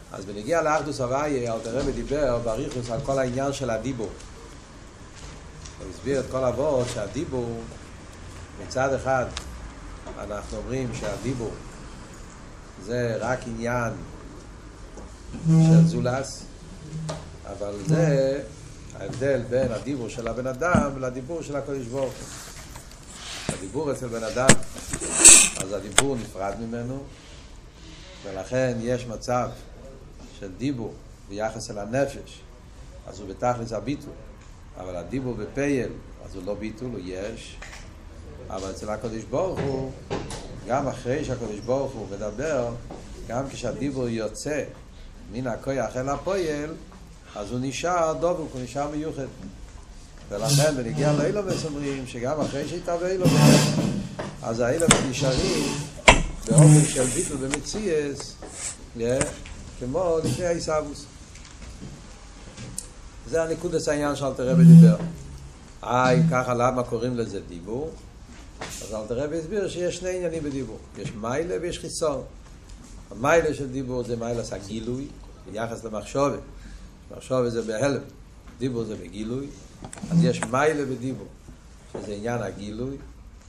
אז בנגיע לאחדוס הוויה, אלתר רבי דיבר באריכות על כל העניין של הדיבור. הוא הסביר את כל אבות שהדיבור, מצד אחד אנחנו אומרים שהדיבור זה רק עניין של זולס, אבל זה ההבדל בין הדיבור של הבן אדם לדיבור של הקדוש ברוך הוא. הדיבור אצל בן אדם, אז הדיבור נפרד ממנו, ולכן יש מצב של דיבור ביחס אל הנפש, אז הוא בתכלס הביטול. אבל הדיבור בפייל, אז הוא לא ביטול, הוא יש. אבל אצל הקדוש ברוך הוא, גם אחרי שהקדוש ברוך הוא מדבר, גם כשהדיבור יוצא מן הכוח אל הפועל, אז הוא נשאר דבוק, הוא נשאר מיוחד. ולכן בנגיע לאילומס אומרים שגם אחרי שהתהווה אילומס, אז האילומס נשארים באופן של ביטול במציאס, כמו לפני האיסאבוס. זה הנקודס העניין שאלתר רבי דיבר. אם ככה למה קוראים לזה דיבור? אז אלתר רבי הסביר שיש שני עניינים בדיבור. יש מיילה ויש חיסון. המיילה של דיבור זה מיילה הגילוי, ביחס למחשבת. מחשבת זה בהלם, דיבור זה בגילוי. אז יש מיילה בדיבור, שזה עניין הגילוי.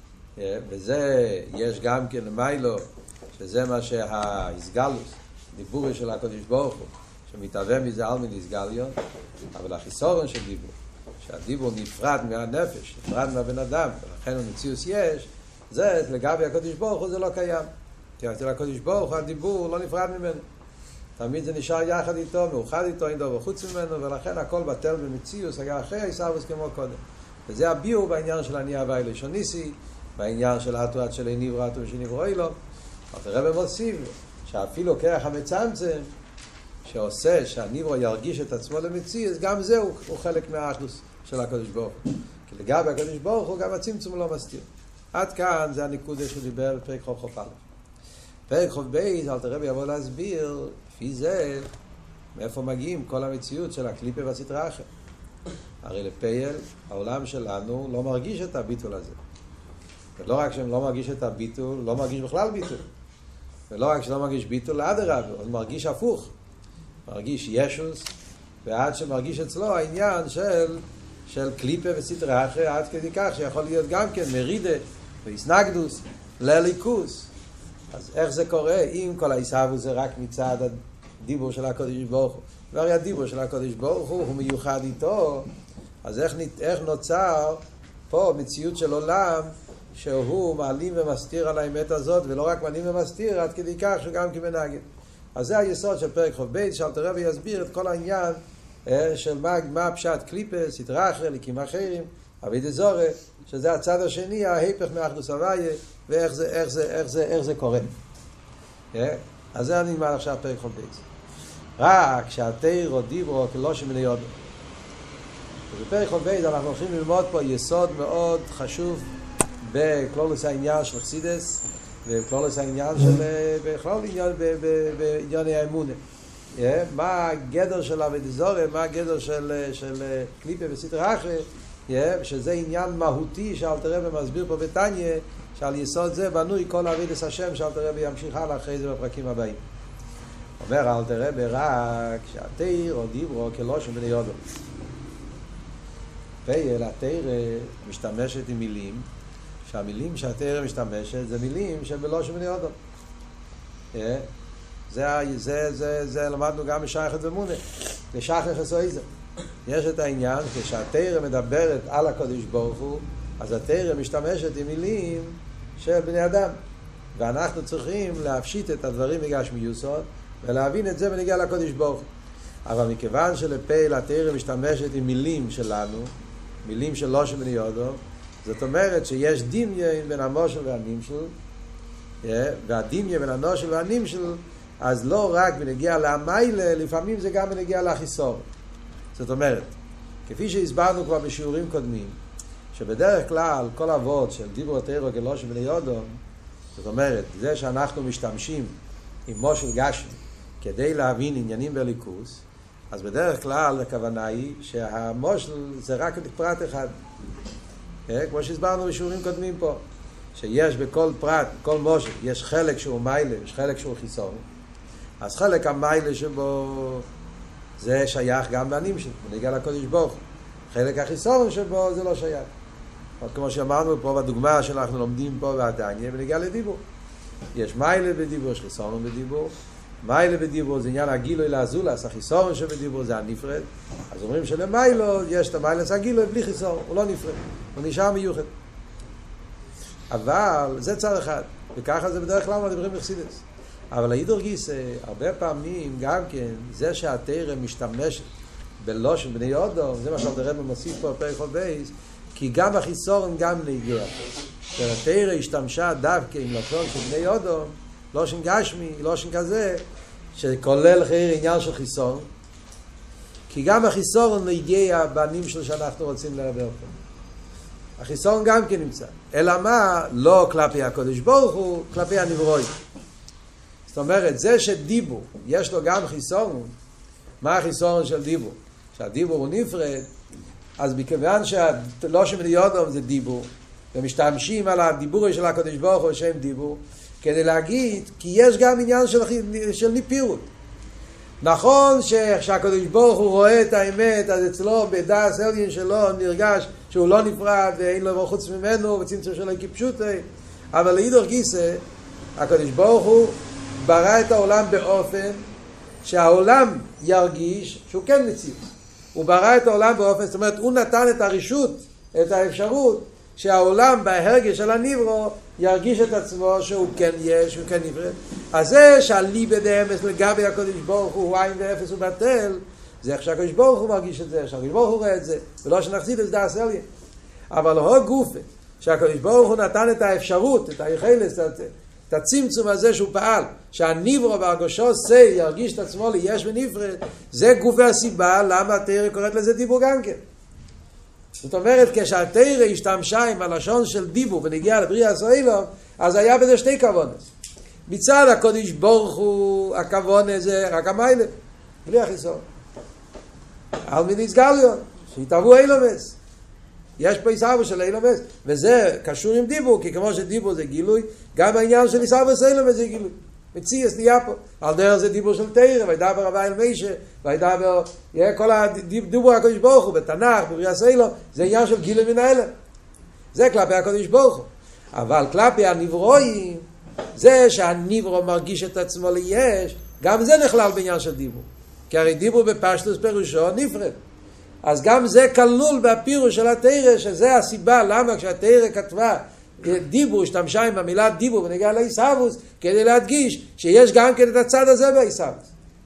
וזה יש גם כן מיילו, שזה מה שהאיסגלוס, דיבורי של הקדוש ברוך הוא, שמתהווה מזה אלמין איסגליון. אבל החיסורון של דיבור, שהדיבור נפרד מהנפש, נפרד מהבן אדם, ולכן המציאוס יש, זה לגבי הקדוש ברוך הוא זה לא קיים. כי אצל הקדוש ברוך הוא הדיבור לא נפרד ממנו. תמיד זה נשאר יחד איתו, מאוחד איתו, אין דבר חוץ ממנו, ולכן הכל בטל במציאוס, היה אחרי הישאבוס כמו קודם. וזה הביאו בעניין של אני הווי לשוניסי, בעניין של התועת של אין נברא התועת שנברא אילו. אבל הרב מוסיף שאפילו כרך המצמצם, שעושה שהנברא ירגיש את עצמו למציאוס, גם זה הוא חלק מהאחדוס של הקדוש ברוך הוא. כי לגבי הקדוש ברוך הוא גם הצמצום לא מסתיר. עד כאן זה הנקודה שדיבר בפרק חוב חוב א'. פרק חוב ב' אלתר רבי יבוא להסביר לפי זה מאיפה מגיעים כל המציאות של הקליפה והסטרא אחר. הרי לפייל העולם שלנו לא מרגיש את הביטול הזה. ולא רק שהם לא מרגיש את הביטול, לא מרגיש בכלל ביטול. ולא רק שלא מרגיש ביטול, אדרבה, הוא מרגיש הפוך. מרגיש ישוס, ועד שמרגיש אצלו העניין של קליפה וסטרא אחר, עד כדי כך שיכול להיות גם כן מרידה והסנגדוס לליכוס. אז איך זה קורה? אם כל הישאבוס זה רק מצד הדיבור של הקדוש ברוך הוא, והרי הדיבור של הקדוש ברוך הוא מיוחד איתו, אז איך נוצר פה מציאות של עולם שהוא מעלים ומסתיר על האמת הזאת, ולא רק מעלים ומסתיר, עד כדי כך שהוא גם כמנגד. אז זה היסוד של פרק חוב ב' שאלתר רבי יסביר את כל העניין של מה פשט קליפה, סטרא אחר, ליקים אחרים, עבודת זרה, שזה הצד השני, ההפך מאחדוס הוויה, ואיך זה קורה. אז זה אני אומר עכשיו פרק חוב ב'. רק שהתורה דיברו כלושן מן יודו. ובפרק חוב ב' אנחנו הולכים ללמוד פה יסוד מאוד חשוב בכלולוס העניין של חסידס, וכלולוס העניין של בכלל בענייני האמונה. מה הגדר של עבודת זרה, מה הגדר של קליפה וסטרא אחר, שזה עניין מהותי שאלתר רבי מסביר פה בתניא, שעל יסוד זה בנוי כל עבודת השם, שאלתר רבי ימשיך הלאה אחרי זה בפרקים הבאים. אומר אלתר רבי רק שהתורה דיברו כלושן מן יודו. פייל התורה משתמשת עם מילים, שהמילים שהתורה משתמשת זה מילים שבלושן מן יודו. זה למדנו גם בשייכת ומונה, לשחר חסויזה. יש את העניין כשהתורה מדברת על הקדוש ברוך הוא, אז התורה משתמשת עם מילים של בני אדם, ואנחנו צריכים להפשיט את הדברים בגשמיוסות ולהבין את זה בנגיע לקדוש ברוך הוא. אבל מכיוון שלפייל התורה משתמשת עם מילים שלנו, מילים של לושן מן יודו, זאת אומרת שיש דמיון בין המושל והנמשל, והדמיון בין הנושל והנמשל, אז לא רק בנגיע למיילה, לפעמים זה גם בנגיע לחיסור. זאת אומרת, כפי שהסברנו כבר בשיעורים קודמים, שבדרך כלל כל אבות של דיבור התורה כלושן מן יודו, זאת אומרת, זה שאנחנו משתמשים עם מושל גשמי כדי להבין עניינים בליכוס, אז בדרך כלל הכוונה היא שהמושל זה רק פרט אחד. כמו שהסברנו בשיעורים קודמים פה, שיש בכל פרט, כל מושל, יש חלק שהוא מיילה, יש חלק שהוא חיסור. אז חלק המיילה שבו זה שייך גם לענים שלו, בנגיע לקודש ברוך הוא. חלק החיסרון שבו זה לא שייך. כמו שאמרנו פה בדוגמה שאנחנו לומדים פה בעתניה, בנגיע לדיבור. יש מיילה בדיבור, יש חיסרון בדיבור. מיילה בדיבור זה עניין הגילוי לאזולס, החיסרון שבדיבור זה הנפרד. אז אומרים שלמיילו יש את המיילס הגילוי בלי חיסרון, הוא לא נפרד, הוא נשאר מיוחד. אבל זה צד אחד, וככה זה בדרך כלל מדברים בחסידות. אבל ההידור גיסא, הרבה פעמים גם כן, זה שהתורה משתמשת בלושן בני אודום, זה מה שאלתר רבי מוסיף פה בפרק חובייס, כי גם החיסרון גם נגיע. התורה השתמשה דווקא עם לשון של בני אודום, לושן גשמי, לושן כזה, שכולל חייר עניין של חיסרון, כי גם החיסרון נגיע בנים שלו שאנחנו רוצים לדבר פה. החיסרון גם כן נמצא. אלא מה? לא כלפי הקודש ברוך הוא, כלפי הנברוי. זאת אומרת, זה שדיבור, יש לו גם חיסרון. מה החיסרון של דיבור? שהדיבור הוא נפרד, אז מכיוון שלא שמדיודום זה דיבור, ומשתמשים על הדיבור של הקודש ברוך הוא שם דיבור, כדי להגיד, כי יש גם עניין של ניפירות. נכון שהקדוש ברוך הוא רואה את האמת, אז אצלו בדעת העליון שלו נרגש שהוא לא נפרד ואין לו חוץ ממנו וצמצום שלו כפשוטי, אבל להידור גיסא הקדוש ברוך הוא ברא את העולם באופן שהעולם ירגיש שהוא כן מציאות. הוא ברא את העולם באופן, זאת אומרת הוא נתן את הרשות, את האפשרות שהעולם בהרגש של הנברו ירגיש את עצמו שהוא כן יש, שהוא כן נפרד. אז זה שהליבה דאמס לגבי הקדוש ברוך הוא עין ואפס ובטל, זה איך שהקדוש ברוך הוא מרגיש את זה, שהקדוש ברוך הוא רואה את זה, ולא שנחסיד את דעת העליון. אבל הוא גופה, שהקדוש ברוך הוא נתן את האפשרות, את היכולת, את הצמצום הזה שהוא פעל, שהנברו בהרגשו זה ירגיש את עצמו ליש ונפרד, זה גופה הסיבה למה התורה קוראת לזה דיבור גם כן. זאת אומרת, כשהתורה השתמשה עם הלשון של דיבור ונגיע לבריאה סוילום, אז היה בזה שתי כוונות. מצד הקודש ברוך הוא, הכוונה זה רק המיילה, בלי החיסרון. על מיני סגליון, שיתאבו אילומס. יש פה איסאבו של אילומס, וזה קשור עם דיבור, כי כמו שדיבור זה גילוי, גם העניין של איסאבו של אילומס זה גילוי. מציאס נהיה פה. על דרך זה דיבור של תורה, וידבר רבי אל מישה, וידבר, כל הדיבור הקודש ברוך הוא, בתנ"ך, בבריאה סוילום, זה עניין של גילוי מן האלם. זה כלפי הקודש ברוך הוא. אבל כלפי הנברואים, זה שהנברו מרגיש את עצמו ליש, גם זה נכלל בעניין של דיבור. כי הרי דיבור בפשטוס פירושו נפרד. אז גם זה כלול בפירוש של התורה, שזה הסיבה למה כשהתורה כתבה דיבור, השתמשה עם המילה דיבור ונגיע לאיסאבוס, כדי להדגיש שיש גם כן את הצד הזה באיסאבוס.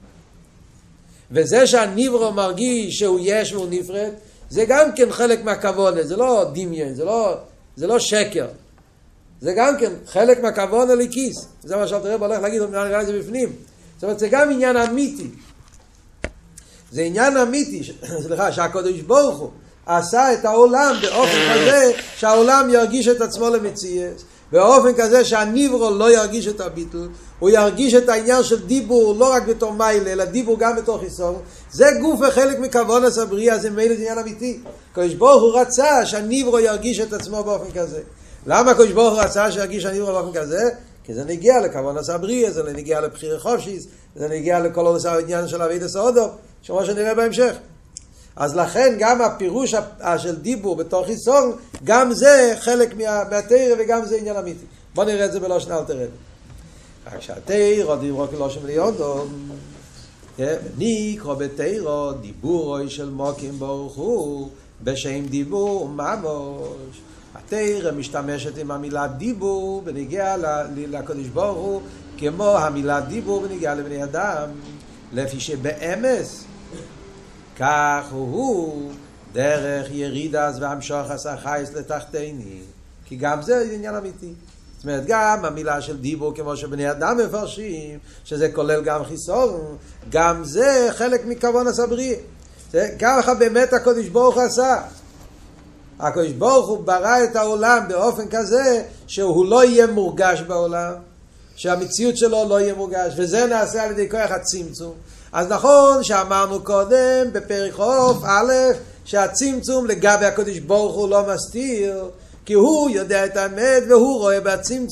וזה שהנברו מרגיש שהוא יש והוא נפרד, זה גם כן חלק מהכוונה, זה לא דמיין, זה לא שקר. זה גם כן חלק מהכוונה לכיס. זה מה שאלתר רבי הולך להגיד, נראה את זה בפנים. זאת אומרת, זה גם עניין אמיתי. זה עניין אמיתי, שהקדוש ברוך הוא עשה את העולם באופן כזה שהעולם ירגיש את עצמו למציאות, באופן כזה שהנברו לא ירגיש את הביטול, הוא ירגיש את העניין של דיבור לא רק בתור מיילה, אלא דיבור גם בתור חיסרון. זה גוף וחלק מכוונס הבריאה, זה מילא עניין אמיתי. הקדוש ברוך הוא רצה שהנברו ירגיש את עצמו באופן כזה. למה הקדוש ברוך הוא רצה שירגיש הנברו באופן כזה? כי זה נגיע לכוונס הבריאה, זה נגיע לבחירה חופשית, זה נגיע לכל עוד העניין של אבידע סעודו, שמה שנראה בהמשך. אז לכן גם הפירוש של דיבור בתור חיסרון, גם זה חלק מהתורה וגם זה עניין אמיתי. בוא נראה את זה בלושן אלתר רבי. רק שהתורה דיברו כלושן בני אודום, נקרא בתורה דיבורוי של מוקים ברוך הוא בשם דיבור ממש. התורה משתמשת עם המילה דיבור בנגיע לקדוש ברוך הוא, כמו המילה דיבור בנגיע לבני אדם, לפי שבאמס כך הוא דרך ירידס והמשוחס החייס לתחתיני, כי גם זה עניין אמיתי. זאת אומרת, גם המילה של דיבור כמו שבני אדם מפרשים, שזה כולל גם חיסרון, גם זה חלק מכוונס הבריאה. ככה באמת הקדוש ברוך הוא עשה. הקדוש ברוך הוא ברא את העולם באופן כזה שהוא לא יהיה מורגש בעולם, שהמציאות שלו לא יהיה מורגש, וזה נעשה על ידי כוח הצמצום. אז נכון שאמרנו קודם בפרק חוף א' שהצמצום לגבי הקדוש ברוך הוא לא מסתיר, כי הוא יודע את האמת והוא רואה בצמצום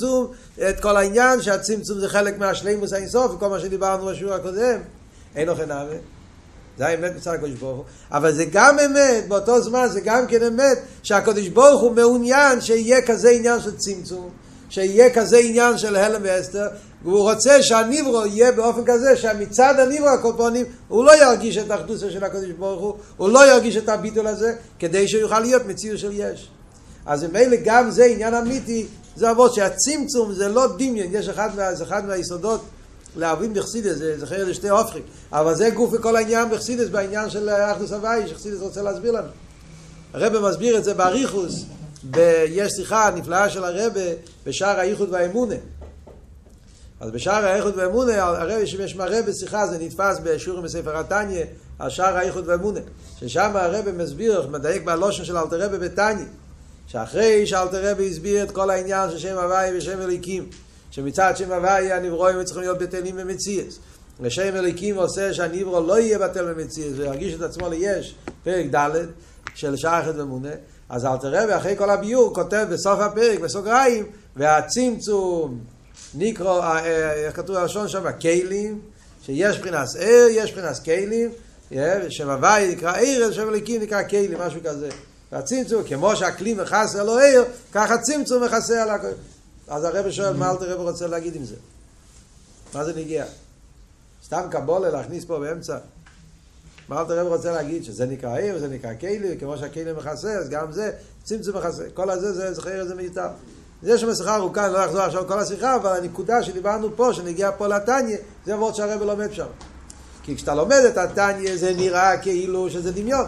את כל העניין שהצמצום זה חלק מהשלימוס האינסוף, וכל מה שדיברנו בשיעור הקודם, אין אוכל נאמה. זה האמת מצד הקדוש ברוך הוא. אבל זה גם אמת, באותו זמן זה גם כן אמת, שהקדוש ברוך הוא מעוניין שיהיה כזה עניין של צמצום, שיהיה כזה עניין של הלם ואסתר, והוא רוצה שהנברוא יהיה באופן כזה, שמצד הנברוא הקופונים, הוא לא ירגיש את האחדות של הקדוש ברוך הוא, הוא לא ירגיש את הביטול הזה, כדי שהוא יוכל להיות מציאות של יש. אז ממילא גם זה עניין אמיתי, זה עבוד שהצמצום זה לא דמיון, יש אחד מהיסודות להבין בחסידס, זה חייב לשתי הופכים, אבל זה גוף וכל העניין בחסידס, בעניין של אחדות הוואי, שחסידס רוצה להסביר לנו. הרב מסביר את זה באריכוס, יש שיחה נפלאה של הרב בשער הייחוד והאמונה. אז בשער הייחוד והאמונה, הרב שיש מהרב בשיחה, זה נתפס בשיעורים בספר התניא, על שער הייחוד והאמונה, ששם הרב מסביר, מדייק בלושן של אלתר רבי בתניא, שאחרי שאלתר רבי הסביר את כל העניין של שם הוואי ושם אליקים, שמצד שם הוואי הנברואים צריכים להיות בטלים במציאות, ושם אליקים עושה שהנברוא לא יהיה בטל במציאות וירגיש את עצמו ליש, פרק ד' של שער הייחוד והאמונה. אז אלתר רבי אחרי כל הביור כותב בסוף הפרק בסוגריים, והצמצום נקרא, כתוב הלשון שם, כלים, שיש מבחינת ער, יש מבחינת כלים, שם הוואי נקרא ער, שם אליקים נקרא כלים, משהו כזה. והצמצום, כמו שהכלי מכסה לא ער, ככה צמצום מכסה על הכל. אז הרב שואל, מה אלתר רבי רוצה להגיד עם זה? מה זה נגיע? סתם קבולה להכניס פה באמצע. מה אלתר רבי רוצה להגיד? שזה נקרא ער, זה נקרא כלים, כמו שהכלים מכסה, אז גם זה, צמצום מכסה. כל הזה, זה זכר, זה מיותר. יש שם שיחה ארוכה, אני לא אחזור עכשיו כל השיחה, אבל הנקודה שדיברנו פה, שנגיע פה לתניא, זה עבוד שהרב לומד שם. כי כשאתה לומד את התניא, זה נראה כאילו שזה דמיון.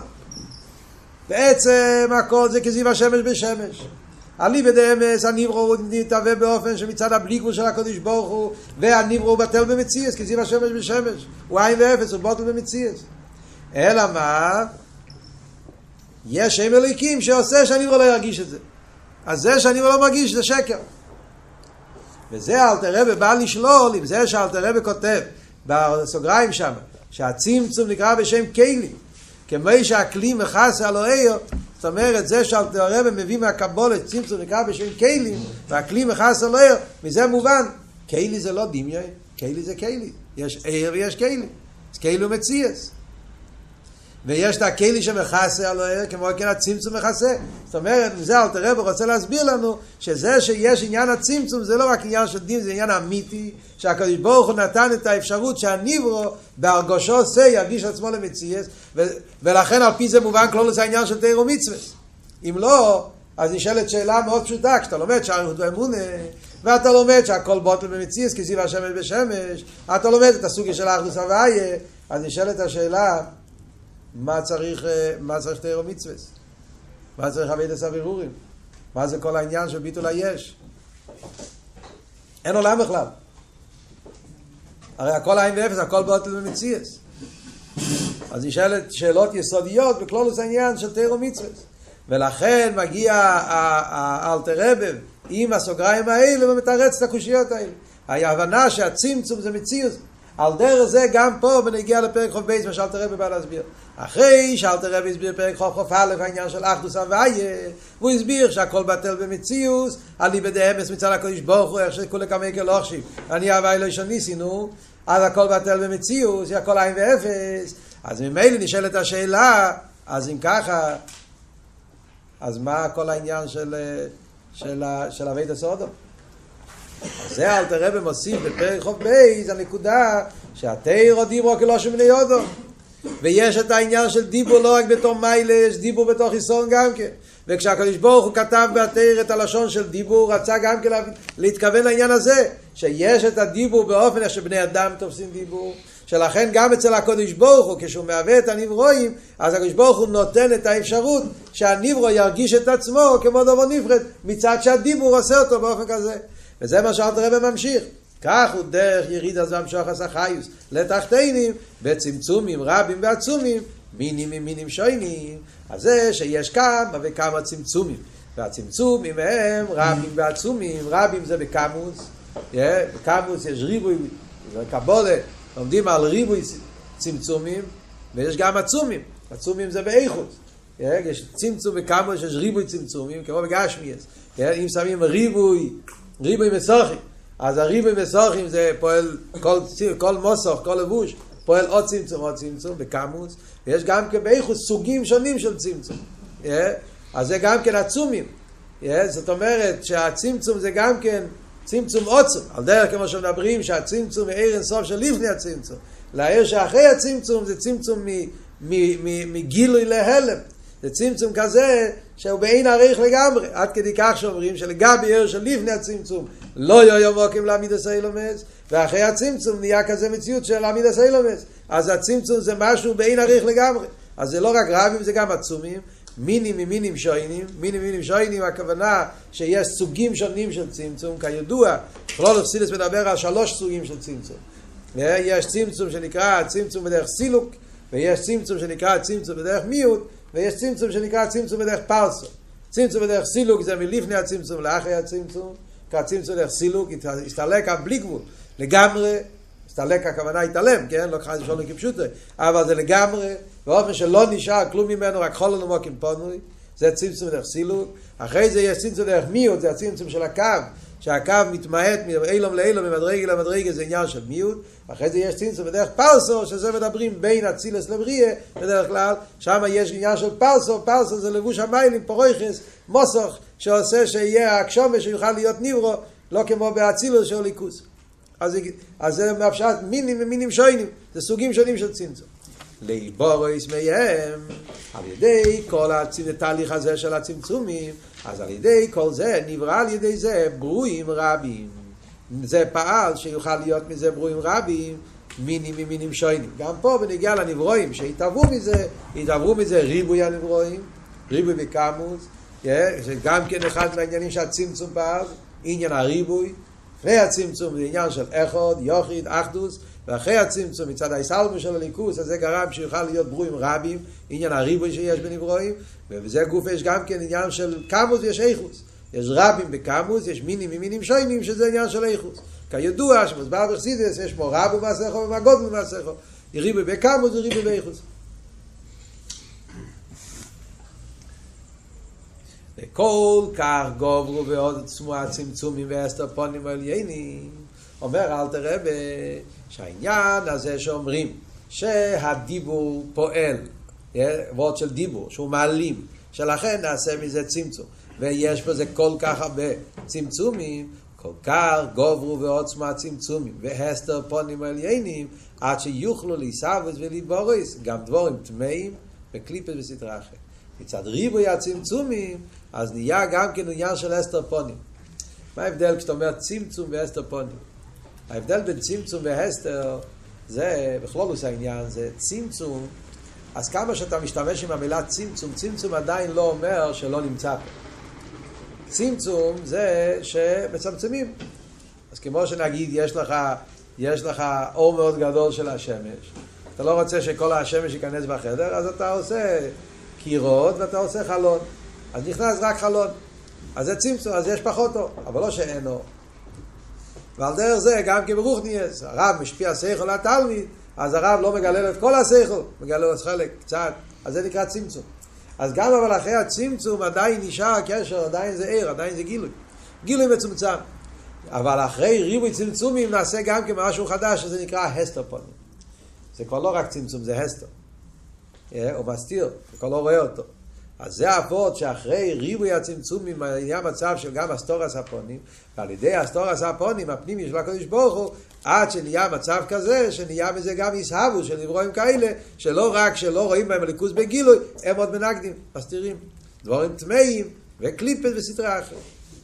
בעצם הכל זה כזיו השמש בשמש. עלי בדאמס, הנברוא נתהווה באופן שמצד הבליקות של הקדוש ברוך הוא, והנברוא בטל במציאות, כזיו השמש בשמש. הוא עין ואפס, הוא בוטל במציאות. אלא מה? יש שם אליקים שעושה שהנברוא לא ירגיש את זה. אז זה שאני לא מרגיש זה שקר. וזה אלתר רבי בא לשלול עם זה שאלתר רבי כותב בסוגריים שם, שהצמצום נקרא בשם כלים, כמו שהכלי מכסה על העיר. זאת אומרת, זה שאלתר רבי מביא מהקבולת, צמצום נקרא בשם כלים, והכלי מכסה על העיר, מזה מובן, כלי זה לא דמיון, כלי זה כלי. יש עיר ויש כלי. אז כלי הוא מציאס. ויש את הכלי שמכסה על העיר, כמו כן הצמצום מכסה. זאת אומרת, זה אלתר רבי רוצה להסביר לנו, שזה שיש עניין הצמצום, זה לא רק עניין של דין, זה עניין אמיתי, שהקדוש ברוך הוא נתן את האפשרות שהנברוא בהרגושו זה ירגיש עצמו למציאות, ולכן על פי זה מובן כלולוס העניין של תורה ומצוות. אם לא, אז נשאלת שאלה מאוד פשוטה, כשאתה לומד שער הייחוד והאמונה, ואתה לומד שהכל בוטל במציאות, כזיו השמש בשמש, אתה לומד את הסוגיה של האחדות הוויה, אז נשאלת השאלה, מה צריך תורה ומצוות? מה צריך אביידס הבירורים? מה זה כל העניין של ביטול היש? אין עולם בכלל. הרי הכל עין ואפס, הכל בוטל במציאות. אז נשאלת שאלות יסודיות בכלולוס העניין של תורה ומצוות. ולכן מגיע האלתר רבי עם הסוגריים האלה ומתרץ את הקושיות האלה. ההבנה שהצמצום זה מציאות. על דרך זה גם פה בנגיע לפרק חוף בייס, מה שאלתר רבי בא להסביר. אחרי שאלתר רבי הסביר פרק חוף א' העניין של אחדות הוויה, והוא הסביר שהכל בטל במציאות, עלי בדאמס מצד הקדוש ברוך הוא, איך שכולי כמקר לא חשיב, אני הוואי לא ישניסינו, אז הכל בטל במציאות, זה הכל עין ואפס. אז ממילא נשאלת השאלה, אז אם ככה, אז מה כל העניין של אביידס אודום? זה אלתר רבי מוסיף בפרק חוף בייס הנקודה שהתורה דיברו כלושן בני אודום, ויש את העניין של דיבור לא רק בתור מיילה, יש דיבור בתור חיסון גם כן. וכשהקדוש ברוך הוא כתב בתורה את הלשון של דיבור, רצה גם כן להתכוון לעניין הזה, שיש את הדיבור באופן איך שבני אדם תופסים דיבור, שלכן גם אצל הקדוש ברוך הוא כשהוא מהווה את הנברואים, אז הקדוש ברוך הוא נותן את האפשרות שהנברוא ירגיש את עצמו כמו דבר נפרד, מצד שהדיבור עושה אותו באופן כזה. וזה מה שאלתר רבי ממשיך. כך הוא דרך ירידה זו המשוחס החיוס לתחתינים בצמצומים רבים ועצומים מינים שונים. אז זה שיש כמה וכמה צמצומים, והצמצומים הם רבים ועצומים. רבים זה בקמוס, בקמוס יש ריבוי, זה קבולה, לומדים על ריבוי צמצומים, ויש גם עצומים. עצומים זה באיכות, יש צמצום בקמוס, יש ריבוי צמצומים כמו בגשמיאס. אם שמים ריבוי מסוכי, אז הריבוי מסוכים זה פועל, כל מוסוך, כל לבוש, פועל עוד צמצום בקמוס, ויש גם כן באיכוס סוגים שונים של צמצום. אז זה גם כן עצומים. זאת אומרת שהצמצום זה גם כן צמצום עוצם, על דרך כמו שמדברים שהצמצום מאיר אינסוף של לפני הצמצום, להעיר שאחרי הצמצום זה צמצום מגילוי להלם, זה צמצום כזה שהוא בעין עריך לגמרי, עד כדי כך שאומרים שלגבי עיר של לפני הצמצום לא יהיו מוקים לעמידס אילומס, ואחרי הצמצום נהיה כזה מציאות של עמידס אילומס, אז הצמצום זה משהו בעין עריך לגמרי, אז זה לא רק רבים, זה גם עצומים, מינים שוינים, הכוונה שיש סוגים שונים של צמצום, כידוע, כלול אכסידס מדבר על 3 סוגים של צמצום. יש צמצום שנקרא צמצום בדרך סילוק, ויש צמצום שנקרא צמצום בדרך מיעוט, ויש צמצום שנקרא צמצום בדרך פרסו. צמצום בדרך סילוק זה מלפני הצמצום לאחרי הצמצום, כצמצום בדרך סילוק הסתלק בלי גבול, לגמרי, הסתלק הכוונה התעלם, כן? לא כחי לשון כפשוטו, אבל זה לגמרי, באופן שלא נשאר כלום ממנו, רק חול לנו מוקים פונוי, זה צמצום דרך סילוק. אחרי זה יש צמצום דרך מיעוט, זה הצמצום של הקו, שהקו מתמעט מאילום לאילום, ממדרגה למדרגה, זה עניין של מיעוט. אחרי זה יש צמצום בדרך פרסו, שזה מדברים בין הצילס לבריאה, בדרך כלל, שם יש עניין של פרסו, פרסו זה לבוש המיילים, פרויכס, מוסוך, שעושה שיהיה הקשומה, שיוכל להיות ניברו, לא כמו בהצילוס של ליכוס. אז זה מאפשרת מינים שוינים, זה סוגים שונים של צמצום. להיבורויס מהם, על ידי כל התהליך הזה של הצמצומים, אז על ידי כל זה נברא על ידי זה ברואים רבים. זה פעל שיוכל להיות מזה ברואים רבים, מינים שוינים. גם פה בנגיע לנברואים שהתעברו מזה ריבוי הנברואים, ריבוי בקמוס, שגם כן אחד מהעניינים שהצמצום פעל, עניין הריבוי, אחרי הצמצום זה עניין של אחד, יוחיד, אחדוס, ואחרי הצמצום מצד הישלמו של הליכוס, אז זה גרם שיוכל להיות ברואים רבים, עניין הריבוי שיש בנברואים, ובזה גוף יש גם כן עניין של קמוס ויש איכוס. יש רבים בקמוס, יש מינים שוינים, שזה עניין של איכוס. כידוע שמוסבר בחסידות יש פה רבו מעשיכו ומגודל מעשיכו, ריבוי בקמוס וריבוי באיכוס. כל כך גוברו ועוד צמו הצמצומים והסתר פונים העליינים, אומר אלתר רבי שהעניין הזה שאומרים שהדיבור פועל, ועוד של דיבור שהוא מעלים, שלכן נעשה מזה צמצום, ויש בזה כל כך הרבה צמצומים, כל כך גוברו ועוד צמו הצמצומים והסתר פונים העליינים, עד שיוכלו להיסבוס ולהתבורס גם דבורים טמאים וקליפת וסתרה אחרת. מצד ריבוי הצמצומים, אז נהיה גם כן עניין של הסתר פונים. מה ההבדל כשאתה אומר צמצום והסתר פונים? ההבדל בין צמצום והסתר, זה בכלולוס העניין, זה צמצום, אז כמה שאתה משתמש עם המילה צמצום, צמצום עדיין לא אומר שלא נמצא פה. צמצום זה שמצמצמים. אז כמו שנגיד, יש לך אור מאוד גדול של השמש, אתה לא רוצה שכל השמש ייכנס בחדר, אז אתה עושה קירות ואתה עושה חלון, אז נכנס רק חלון, אז זה צמצום, אז יש פחות אור, אבל לא שאין אור. ועל דרך זה גם כברוכניאס, הרב משפיע שכל לתלמיד, אז הרב לא מגלה לו את כל השכל, מגלה לו חלק קצת, אז זה נקרא צמצום. אז גם אבל אחרי הצמצום עדיין נשאר הקשר, עדיין זה עיר, עדיין זה גילוי מצומצם. אבל אחרי ריבוי צמצומים נעשה גם כמשהו חדש, שזה נקרא הסתר פונים. זה כבר לא רק צמצום, זה הסתר. הוא מסתיר, הוא כבר לא רואה אותו. אז זה הפות שאחרי ריבוי הצמצומים נהיה מצב של גם אסתורס הפונים, ועל ידי אסתורס הפונים הפנימי של הקדוש ברוך הוא, עד שנהיה מצב כזה שנהיה בזה גם ישהבו של נברואים כאלה, שלא רק שלא רואים בהם הליכוז בגילוי, הם עוד מנגדים, מסתירים דבורים טמאים וקליפת וסתרה אחרת.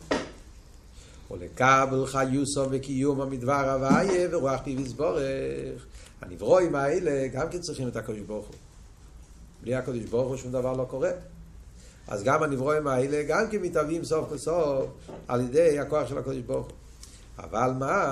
ולקבל חיוסו וקיום המדבר הוויה ורוח פיו יסבורך. הנברואים האלה גם כן צריכים את הקדוש ברוך הוא. בלי הקדוש ברוך הוא שום דבר לא קורה. אז גם הנברואים האלה גם כן מתהווים סוף כל סוף על ידי הכוח של הקדוש ברוך הוא. אבל מה?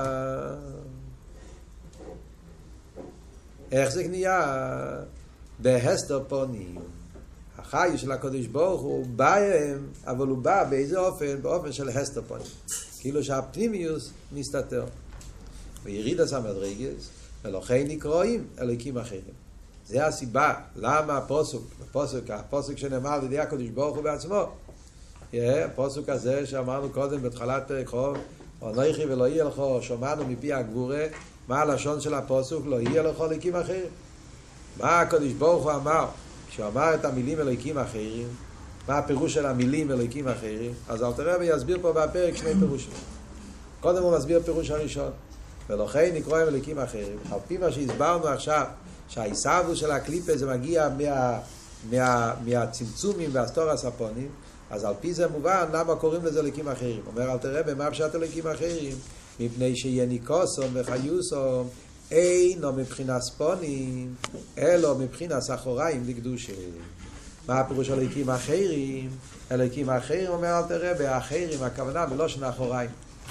איך זה נהיה? בהסתר פונים. החי של הקדוש ברוך הוא בא הם, אבל הוא בא באיזה אופן? באופן של הסתר פונים. כאילו שהפנימיוס מסתתר. וירידס המדרגס, ולכן נקראים אלוקים אחרים. זה הסיבה למה הפוסק שנאמר על ידי הקדוש ברוך הוא בעצמו. הפוסק הזה שאמרנו קודם בתחילת פרק חוב, אנוכי ולא יהיה לך, שמענו מפי הגבורה, מה הלשון של הפסוק? לא יהיה לך אלוקים אחרים. מה הקדוש ברוך הוא אמר? כשהוא אמר את המילים אלוקים אחרים, מה הפירוש של המילים אלוקים אחרים? אז אלתר רבי יסביר פה בפרק שני פירושים. קודם הוא מסביר פירוש הראשון, ולכן נקרא עם אלוקים אחרים. על פי מה שהסברנו עכשיו, שהעיסאוווס של הקליפה זה מגיע מהצמצומים והסתורס הפונים, אז על פי זה מובן למה קוראים לזה אלוקים אחרים. אומר אלתר רבי, מה פשט אלוקים אחרים? מפני שיניקוסום וחיוסום אינו מבחינת ספונים, אלא מבחינת אחוריים לקדושה. מה הפירוש אלוקים אחרים? אלוקים אחרים, אומר אלתר רבי, האחרים, הכוונה בלושן אחוריים.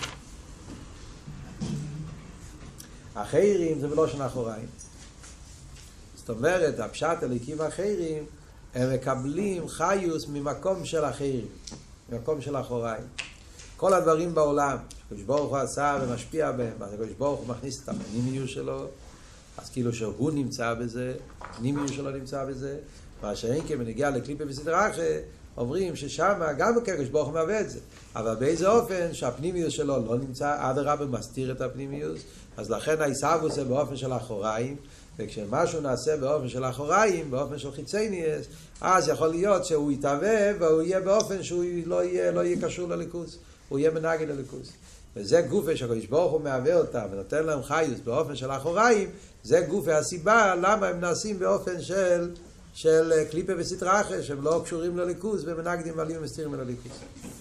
אחרים זה בלושן אחוריים. זאת אומרת, הפשט אלוקים אחרים, הם מקבלים חיוס ממקום של אחרים, ממקום של אחוריים. כל הדברים בעולם, הקדוש ברוך הוא עשה ומשפיע בהם, אז הקדוש ברוך הוא מכניס את הפנימיות שלו, אז כאילו שהוא נמצא בזה, הפנימיות שלו נמצא בזה, מה שאין כמנגיע לקליפה וסדרה אחרת, אומרים ששם גם הקדוש ברוך הוא מהווה את זה, אבל באיזה אופן שהפנימיות שלו לא נמצא, אדרבה מסתיר את הפנימיות, אז לכן העיסאוווס זה באופן של אחוריים, וכשמשהו נעשה באופן של אחוריים, באופן של חיצייניאס, אז יכול להיות שהוא יתהווה והוא יהיה באופן שהוא לא יהיה קשור לליכוז, הוא יהיה מנגד לליכוז. וזה גופה שהקדוש ברוך הוא מהווה אותם ונותן להם חיוס באופן של אחוריים, זה גופה הסיבה למה הם נעשים באופן של קליפה וסטרחה, שהם לא קשורים לליכוז ומנגדים ועלים ומסתירים לליכוז.